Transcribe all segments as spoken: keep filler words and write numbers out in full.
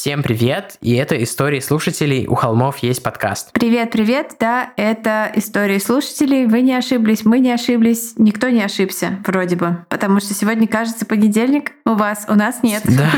Всем привет, и это «Истории слушателей. У холмов есть подкаст». Привет-привет, да, это «Истории слушателей». Вы не ошиблись, мы не ошиблись, никто не ошибся, вроде бы. Потому что сегодня, кажется, понедельник, у вас, у нас нет. Да.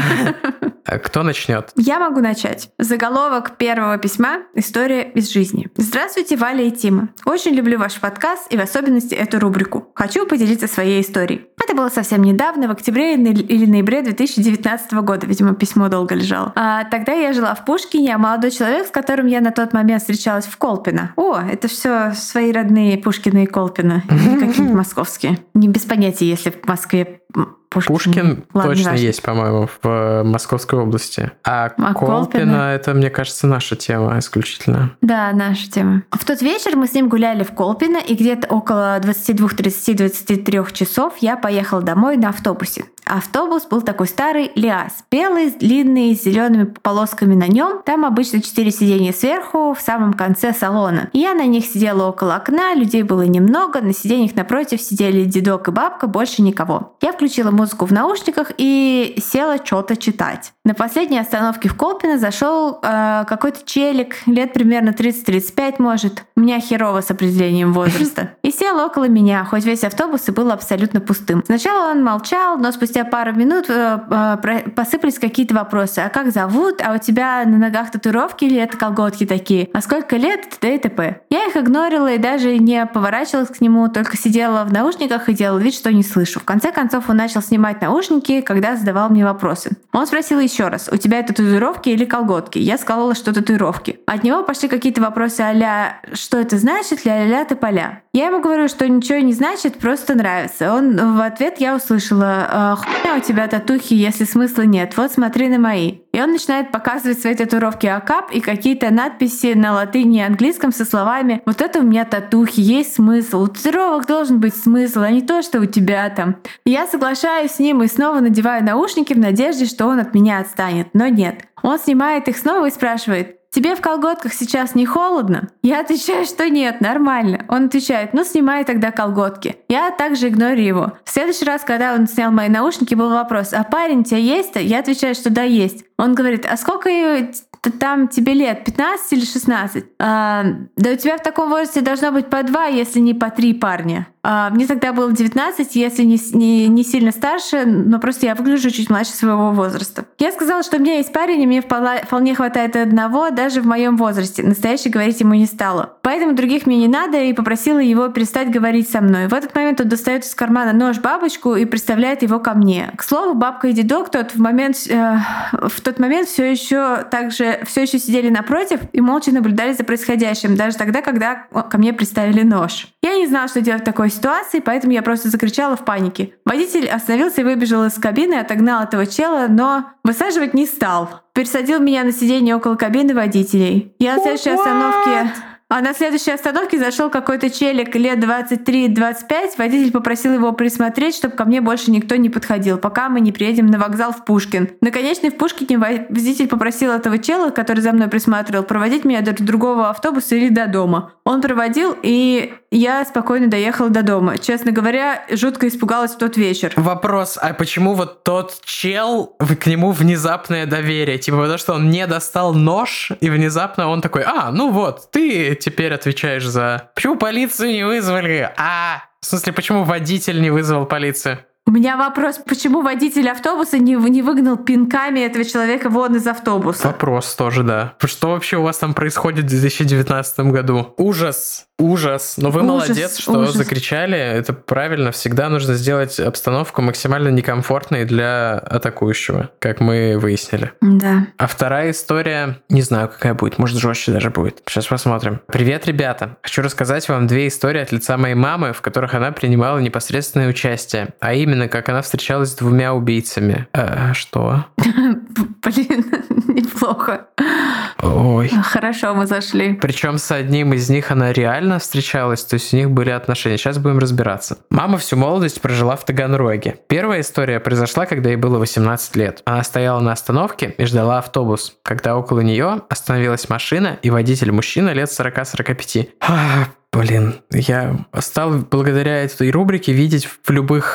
Кто начнет? Я могу начать. Заголовок первого письма «История из жизни». Здравствуйте, Валя и Тима. Очень люблю ваш подкаст и в особенности эту рубрику. Хочу поделиться своей историей. Это было совсем недавно, в октябре или ноябре две тысячи девятнадцатого года. Видимо, письмо долго лежало. А тогда я жила в Пушкине, а молодой человек, с которым я на тот момент встречалась, в Колпино. О, это все свои родные Пушкины и Колпино. Какие-нибудь московские. Не без понятия, если в Москве Пушкин, Пушкин Ладно, точно есть, по-моему, в Московской области. А, а Колпино, Колпино, это, мне кажется, наша тема исключительно. Да, наша тема. В тот вечер мы с ним гуляли в Колпино, и где-то около двадцать два тридцать двадцать три часов я поехала домой на автобусе. Автобус был такой старый ЛиАЗ, белый, длинный, с зелеными полосками на нем. Там обычно четыре сиденья сверху, в самом конце салона. Я на них сидела около окна, людей было немного, на сиденьях напротив сидели дедок и бабка, больше никого. Я включила музыку в наушниках и села что-то читать. На последней остановке в Колпино зашел э, какой-то челик, лет примерно тридцать-тридцать пять, может. У меня херово с определением возраста. И сел около меня, хоть весь автобус и был абсолютно пустым. Сначала он молчал, но спустя пару минут э, э, посыпались какие-то вопросы. А как зовут? А у тебя на ногах татуировки или это колготки такие? А сколько лет? т.д. и т.п. Я их игнорила и даже не поворачивалась к нему, только сидела в наушниках и делала вид, что не слышу. В конце концов он начал снимать наушники, когда задавал мне вопросы. Он спросил еще раз: у тебя это татуировки или колготки? Я сказала, что татуировки. От него пошли какие-то вопросы а-ля что это значит, ля-ля-ля, тополя. Я ему говорю, что ничего не значит, просто нравится. Он в ответ я услышала: хуйня у тебя татухи, если смысла нет, вот смотри на мои. И он начинает показывать свои татуировки АКАП и какие-то надписи на латыни и английском со словами: вот это у меня татухи, есть смысл, у татуировок должен быть смысл, а не то, что у тебя там. И я соглашаюсь с ним и снова надеваю наушники в надежде, что он от меня отстанет, но нет. Он снимает их снова и спрашивает: тебе в колготках сейчас не холодно? Я отвечаю, что нет, нормально. Он отвечает: ну снимай тогда колготки. Я также игнорирую его. В следующий раз, когда он снял мои наушники, был вопрос: а парень у тебя есть-то? Я отвечаю, что да, есть. Он говорит: а сколько там тебе лет, пятнадцать или шестнадцать? А, да у тебя в таком возрасте должно быть по два, если не по три парня. А, мне тогда было девятнадцать, если не, не, не сильно старше, но просто я выгляжу чуть младше своего возраста. Я сказала, что у меня есть парень, и мне вполне хватает одного, даже в моем возрасте. Настоящий говорить ему не стала. Поэтому других мне не надо, и попросила его перестать говорить со мной. В этот момент он достает из кармана нож-бабочку и представляет его ко мне. К слову, бабка и дедок тот в, момент, э, в тот момент все еще также все еще сидели напротив и молча наблюдали за происходящим, даже тогда, когда ко мне приставили нож. Я не знала, что делать в такой ситуации, поэтому я просто закричала в панике. Водитель остановился и выбежал из кабины, отогнал этого чела, но высаживать не стал. Пересадил меня на сиденье около кабины водителей. Я на следующей остановке... А на следующей остановке зашел какой-то челик лет двадцать три двадцать пять. Водитель попросил его присмотреть, чтобы ко мне больше никто не подходил, пока мы не приедем на вокзал в Пушкин. Наконец, в Пушкине водитель попросил этого чела, который за мной присматривал, проводить меня до другого автобуса или до дома. Он проводил, и я спокойно доехала до дома. Честно говоря, жутко испугалась в тот вечер. Вопрос: а почему вот тот чел, к нему внезапное доверие? Типа потому что он не достал нож, и внезапно он такой: а, ну вот, ты теперь отвечаешь за... Почему полицию не вызвали? А, в смысле, почему водитель не вызвал полицию? У меня вопрос: почему водитель автобуса не, не выгнал пинками этого человека вон из автобуса? Вопрос тоже, да. Что вообще у вас там происходит в две тысячи девятнадцатом году? Ужас. Ужас. Но вы ужас, молодец, что ужас. Закричали. Это правильно. Всегда нужно сделать обстановку максимально некомфортной для атакующего, как мы выяснили. Да. А вторая история, не знаю, какая будет. Может, жестче даже будет. Сейчас посмотрим. Привет, ребята. Хочу рассказать вам две истории от лица моей мамы, в которых она принимала непосредственное участие. А именно, как она встречалась с двумя убийцами. Э, что? Блин, неплохо. Ой. Хорошо, мы зашли. Причем с одним из них она реально встречалась, то есть у них были отношения. Сейчас будем разбираться. Мама всю молодость прожила в Таганроге. Первая история произошла, когда ей было восемнадцать лет. Она стояла на остановке и ждала автобус, когда около нее остановилась машина и водитель мужчина лет сорок сорок пять. Блин, я стал благодаря этой рубрике видеть в любых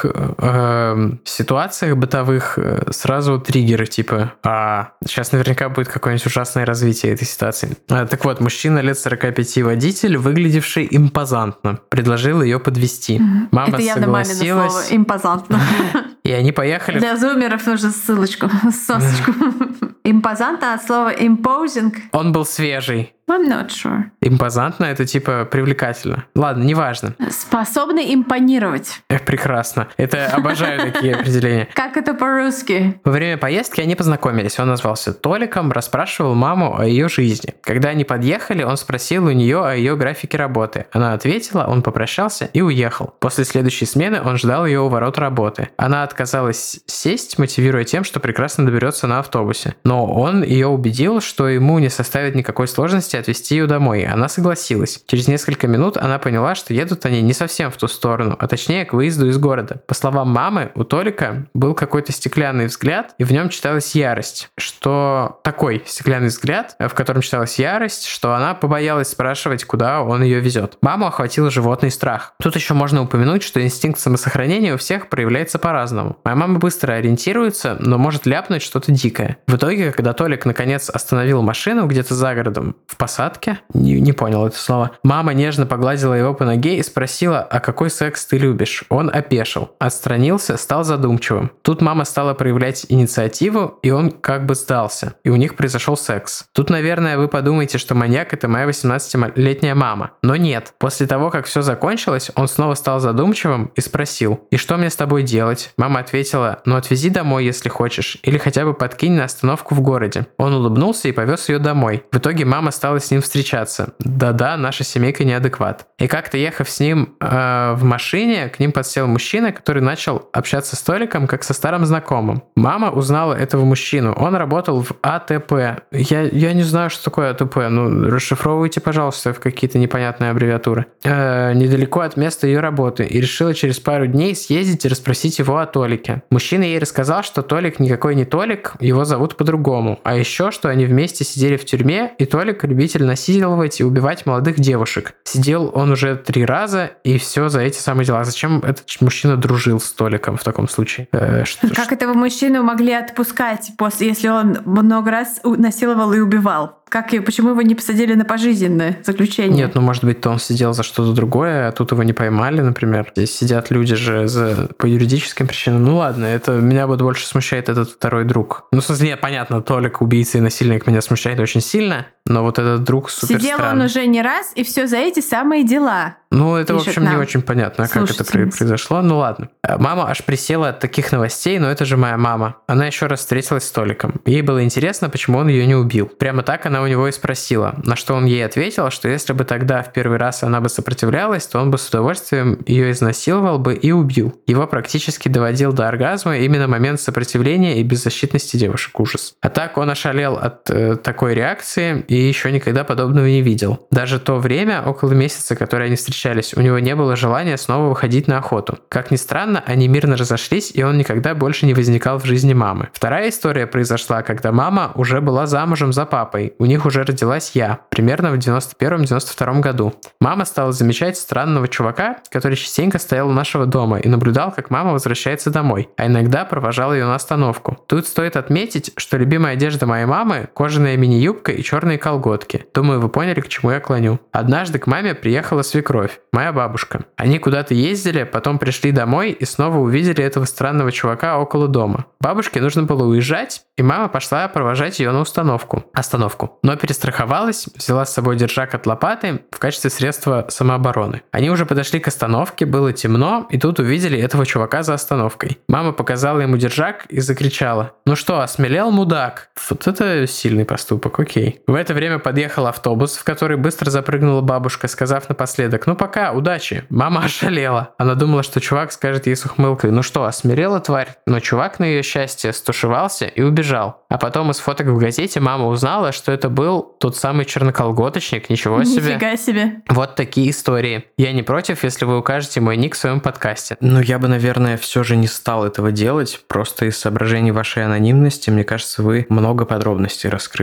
э, ситуациях бытовых э, сразу триггеры, типа, а сейчас наверняка будет какое-нибудь ужасное развитие этой ситуации. А, так вот, мужчина лет сорока пяти, водитель, выглядевший импозантно, предложил ее подвести. Mm-hmm. Мама Это явно мамино согласилась. слово, импозантно. И они поехали... Для зумеров нужно ссылочку, сосочку. Импозантно от слова imposing. Он был свежий. I'm not sure. Импозантно — это типа привлекательно. Ладно, неважно. Способный импонировать. Эх, прекрасно. Это обожаю такие определения. Как это по-русски? Во время поездки они познакомились. Он назвался Толиком, расспрашивал маму о ее жизни. Когда они подъехали, он спросил у нее о ее графике работы. Она ответила, он попрощался и уехал. После следующей смены он ждал ее у ворот работы. Она отказалась сесть, мотивируя тем, что прекрасно доберется на автобусе. Но он ее убедил, что ему не составит никакой сложности отвезти ее домой. Она согласилась. Через несколько минут она поняла, что едут они не совсем в ту сторону, а точнее к выезду из города. По словам мамы, у Толика был какой-то стеклянный взгляд, и в нем читалась ярость. Что такой стеклянный взгляд, в котором читалась ярость, что она побоялась спрашивать, куда он ее везет. Маму охватил животный страх. Тут еще можно упомянуть, что инстинкт самосохранения у всех проявляется по-разному. Моя мама быстро ориентируется, но может ляпнуть что-то дикое. В итоге, когда Толик наконец остановил машину где-то за городом, в посадке, не, не понял это слово, мама нежно погладила его по ноге и спросила, а какой секс ты любишь? Он опешил, отстранился, стал задумчивым. Тут мама стала проявлять инициативу, и он как бы сдался, и у них произошел секс. Тут, наверное, вы подумаете, что маньяк — это моя восемнадцатилетняя мама. Но нет. После того, как все закончилось, он снова стал задумчивым и спросил, и что мне с тобой делать? Мама ответила, ну отвези домой, если хочешь, или хотя бы подкинь на остановку в городе. Он улыбнулся и повез ее домой. В итоге мама стала с ним встречаться. Да-да, наша семейка неадекват. И как-то ехав с ним э, в машине, к ним подсел мужчина, который начал общаться с Толиком как со старым знакомым. Мама узнала этого мужчину. Он работал в А Т П. Я, я не знаю, что такое А Т П. Ну, расшифровывайте, пожалуйста, в какие-то непонятные аббревиатуры. Э, недалеко от места ее работы. И решила через пару дней съездить и расспросить его о Толике. Мужчина ей рассказал, что Толик никакой не Толик, его зовут по-другому. А еще, что они вместе сидели в тюрьме, и Толик любитель насиловать и убивать молодых девушек. Сидел он уже три раза, и все за эти самые дела. Зачем этот мужчина дружил с Толиком в таком случае? Э, что, как этого мужчину могли отпускать, после, если он много раз насиловал и убивал? Как и почему его не посадили на пожизненное заключение? Нет, ну может быть, то он сидел за что-то другое, а тут его не поймали, например. Здесь сидят люди же за, по юридическим причинам. Ну ладно, это меня вот больше смущает этот второй друг. Ну, в смысле, нет, понятно, Толик, убийца и насильник меня смущает очень сильно, но вот этот друг супер Сидел странный. он уже не раз, и все за эти самые дела. Ну, это, в общем, не очень понятно, как это произошло. Ну, ладно. Мама аж присела от таких новостей, но это же моя мама. Она еще раз встретилась с Толиком. Ей было интересно, почему он ее не убил. Прямо так она у него и спросила, на что он ей ответил, что если бы тогда в первый раз она бы сопротивлялась, то он бы с удовольствием ее изнасиловал бы и убил. Его практически доводил до оргазма именно момент сопротивления и беззащитности девушек. Ужас. А так он ошалел от э, такой реакции и еще никогда подобного не видел. Даже то время, около месяца, которое они встречались, у него не было желания снова выходить на охоту. Как ни странно, они мирно разошлись, и он никогда больше не возникал в жизни мамы. Вторая история произошла, когда мама уже была замужем за папой. У них уже родилась я, примерно в девяносто первом - девяносто втором году. Мама стала замечать странного чувака, который частенько стоял у нашего дома и наблюдал, как мама возвращается домой, а иногда провожал ее на остановку. Тут стоит отметить, что любимая одежда моей мамы – кожаная мини-юбка и черные колготки. Думаю, вы поняли, к чему я клоню. Однажды к маме приехала свекровь, моя бабушка. Они куда-то ездили, потом пришли домой и снова увидели этого странного чувака около дома. Бабушке нужно было уезжать, и мама пошла провожать ее на установку. Остановку. Но перестраховалась, взяла с собой держак от лопаты в качестве средства самообороны. Они уже подошли к остановке, было темно, и тут увидели этого чувака за остановкой. Мама показала ему держак и закричала: «Ну что, осмелел, мудак?» Вот это сильный поступок, окей. В это время подъехал автобус, в который быстро запрыгнула бабушка, сказав напоследок: «Ну пока, удачи». Мама ошалела. Она думала, что чувак скажет ей с ухмылкой: «Ну что, осмелела, тварь?» Но чувак, на ее счастье, стушевался и убежал. А потом из фоток в газете мама узнала, что это был тот самый черноколготочник. Ничего себе. Нифига себе. Вот такие истории. Я не против, если вы укажете мой ник в своем подкасте. Но я бы, наверное, все же не стал этого делать. Просто из соображений вашей анонимности, мне кажется, вы много подробностей раскрыли.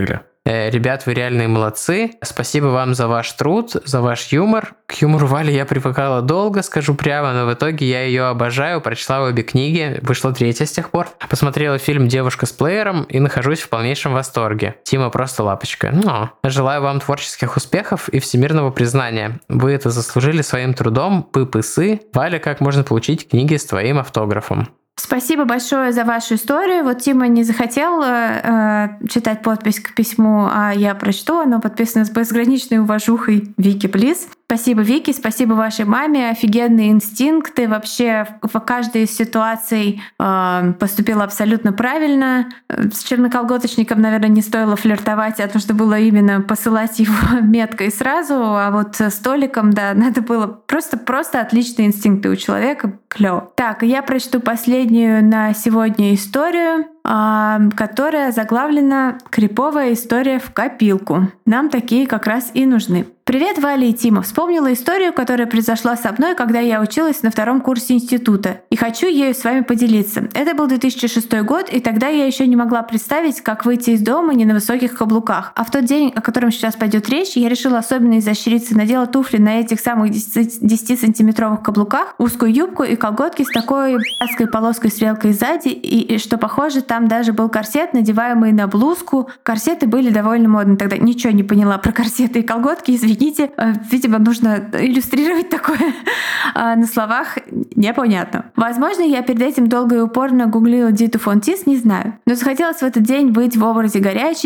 Э, ребят, вы реальные молодцы. Спасибо вам за ваш труд, за ваш юмор. К юмору Вали я привыкала долго, скажу прямо, но в итоге я ее обожаю, прочла обе книги, вышла третья с тех пор. Посмотрела фильм «Девушка с плеером» и нахожусь в полнейшем восторге. Тима просто лапочка. Но желаю вам творческих успехов и всемирного признания. Вы это заслужили своим трудом, пы-пысы. Валя, как можно получить книги с твоим автографом? Спасибо большое за вашу историю. Вот Тима не захотел э, читать подпись к письму, а я прочту. Оно подписано с безграничной уважухой Вики Плиз. Спасибо, Вики, спасибо вашей маме. Офигенные инстинкты. Вообще в каждой из ситуаций э, поступила абсолютно правильно. С черноколготочником, наверное, не стоило флиртовать, а нужно было именно посылать его метко и сразу. А вот с Толиком, да, надо было просто, просто отличные инстинкты у человека. Клёво. Так, я прочту последнюю на сегодня историю, которая заглавлена «Криповая история в копилку». Нам такие как раз и нужны. Привет, Валя и Тима. Вспомнила историю, которая произошла со мной, когда я училась на втором курсе института, и хочу ею с вами поделиться. Это был две тысячи шестой год, и тогда я еще не могла представить, как выйти из дома не на высоких каблуках. А в тот день, о котором сейчас пойдет речь, я решила особенно изощриться, надела туфли на этих самых десятисантиметровых каблуках, узкую юбку и колготки с такой адской полоской-стрелкой сзади, и, и что похоже, там даже был корсет, надеваемый на блузку. Корсеты были довольно модны тогда. Ничего не поняла про корсеты и колготки, извините. Видимо, нужно иллюстрировать такое на словах. Непонятно. Возможно, я перед этим долго и упорно гуглила Диту фон Тис, не знаю. Но захотелось в этот день быть в образе горячей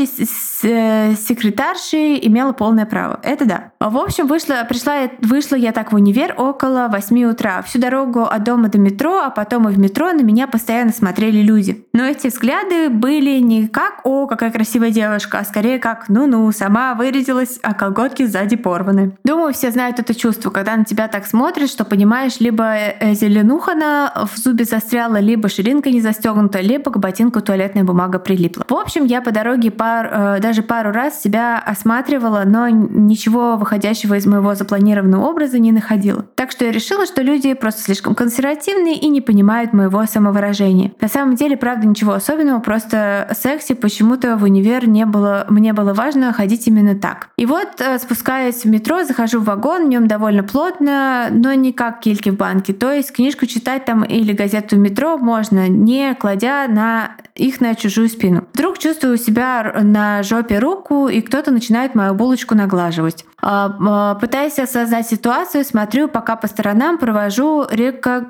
секретарши, имела полное право. Это да. В общем, вышла, пришла, вышла я так в универ около восьми утра. Всю дорогу от дома до метро, а потом и в метро на меня постоянно смотрели люди. Но эти взгляды были не как «О, какая красивая девушка», а скорее как «Ну-ну, сама вырядилась, а колготки сзади порваны». Думаю, все знают это чувство, когда на тебя так смотрят, что понимаешь, либо зеленуха на в зубе застряла, либо ширинка не застегнута, либо к ботинку туалетная бумага прилипла. В общем, я по дороге пар, э, даже пару раз себя осматривала, но ничего выходящего из моего запланированного образа не находила. Так что я решила, что люди просто слишком консервативные и не понимают моего самовыражения. На самом деле, правда, ничего особенного, просто секси почему-то в универ не было, мне было важно ходить именно так. И вот, спускаясь в метро, захожу в вагон, в нем довольно плотно, но не как кильки в банке. То есть книжку читать там или газету в метро можно, не кладя на их на чужую спину. Вдруг чувствую у себя на жопе руку, и кто-то начинает мою булочку наглаживать. Пытаясь осознать ситуацию, смотрю пока по сторонам, провожу реко...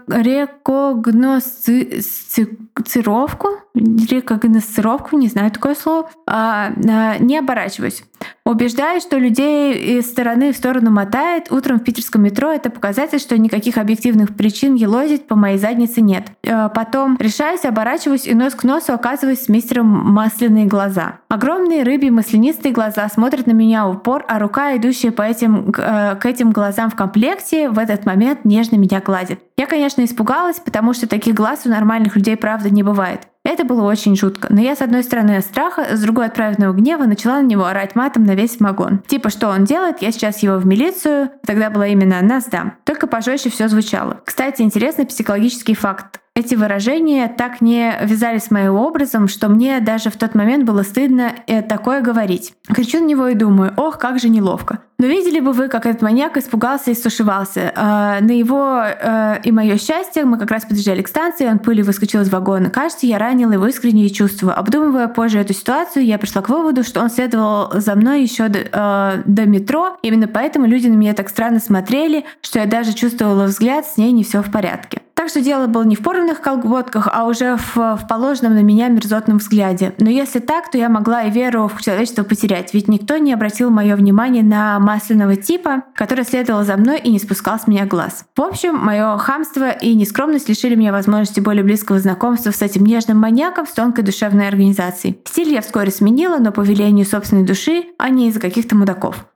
рекогносцировку, рекогносцировку, не знаю такое слово, не оборачиваюсь. Убеждаюсь, что людей из стороны в сторону мотает. Утром в питерском метро это показатель, что никаких объективных причин елозить по моей заднице нет. Потом решаюсь, оборачиваюсь и нос к носу оказываюсь с мистером Масляные глаза. Огромные рыбьи маслянистые глаза смотрят на меня в упор, а рука, идущая по этим, к этим глазам в комплекте, в этот момент нежно меня гладит. Я, конечно, испугалась, потому что таких глаз у нормальных людей правда не бывает. Это было очень жутко. Но я, с одной стороны, от страха, с другой от праведного гнева, начала на него орать матом на весь вагон. Типа, что он делает? Я сейчас его в милицию. Тогда была именно она, сдам. Только пожестче все звучало. Кстати, интересный психологический факт. Эти выражения так не вязались с моим образом, что мне даже в тот момент было стыдно такое говорить. Кричу на него и думаю, ох, как же неловко. Но видели бы вы, как этот маньяк испугался и стушевался. Э, на его э, и мое счастье мы как раз подъезжали к станции, он пылью выскочил из вагона. Кажется, я ранила его искренние чувства. Обдумывая позже эту ситуацию, я пришла к выводу, что он следовал за мной еще до, э, до метро. Именно поэтому люди на меня так странно смотрели, что я даже чувствовала взгляд, с ней не все в порядке. Так что дело было не в порванных колготках, а уже в, в положенном на меня мерзотном взгляде. Но если так, то я могла и веру в человечество потерять, ведь никто не обратил мое внимание на масляного типа, который следовал за мной и не спускал с меня глаз. В общем, мое хамство и нескромность лишили меня возможности более близкого знакомства с этим нежным маньяком с тонкой душевной организацией. Стиль я вскоре сменила, но по велению собственной души, а не из-за каких-то мудаков.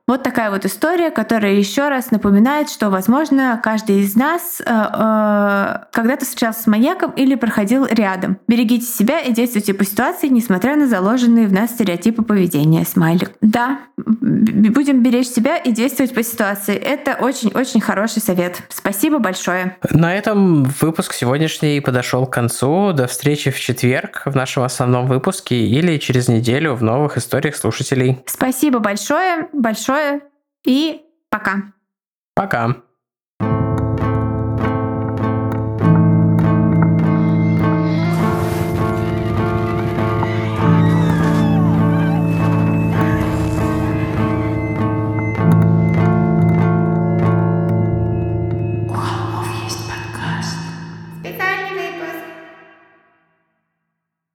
Вот такая вот история, которая еще раз напоминает, что, возможно, каждый из нас э, э, когда-то встречался с маньяком или проходил рядом. Берегите себя и действуйте по ситуации, несмотря на заложенные в нас стереотипы поведения. Смайлик. Да, будем беречь себя и действовать по ситуации. Это очень-очень хороший совет. Спасибо большое. На этом выпуск сегодняшний подошел к концу. До встречи в четверг в нашем основном выпуске или через неделю в новых историях слушателей. Спасибо большое, большое и пока. Пока.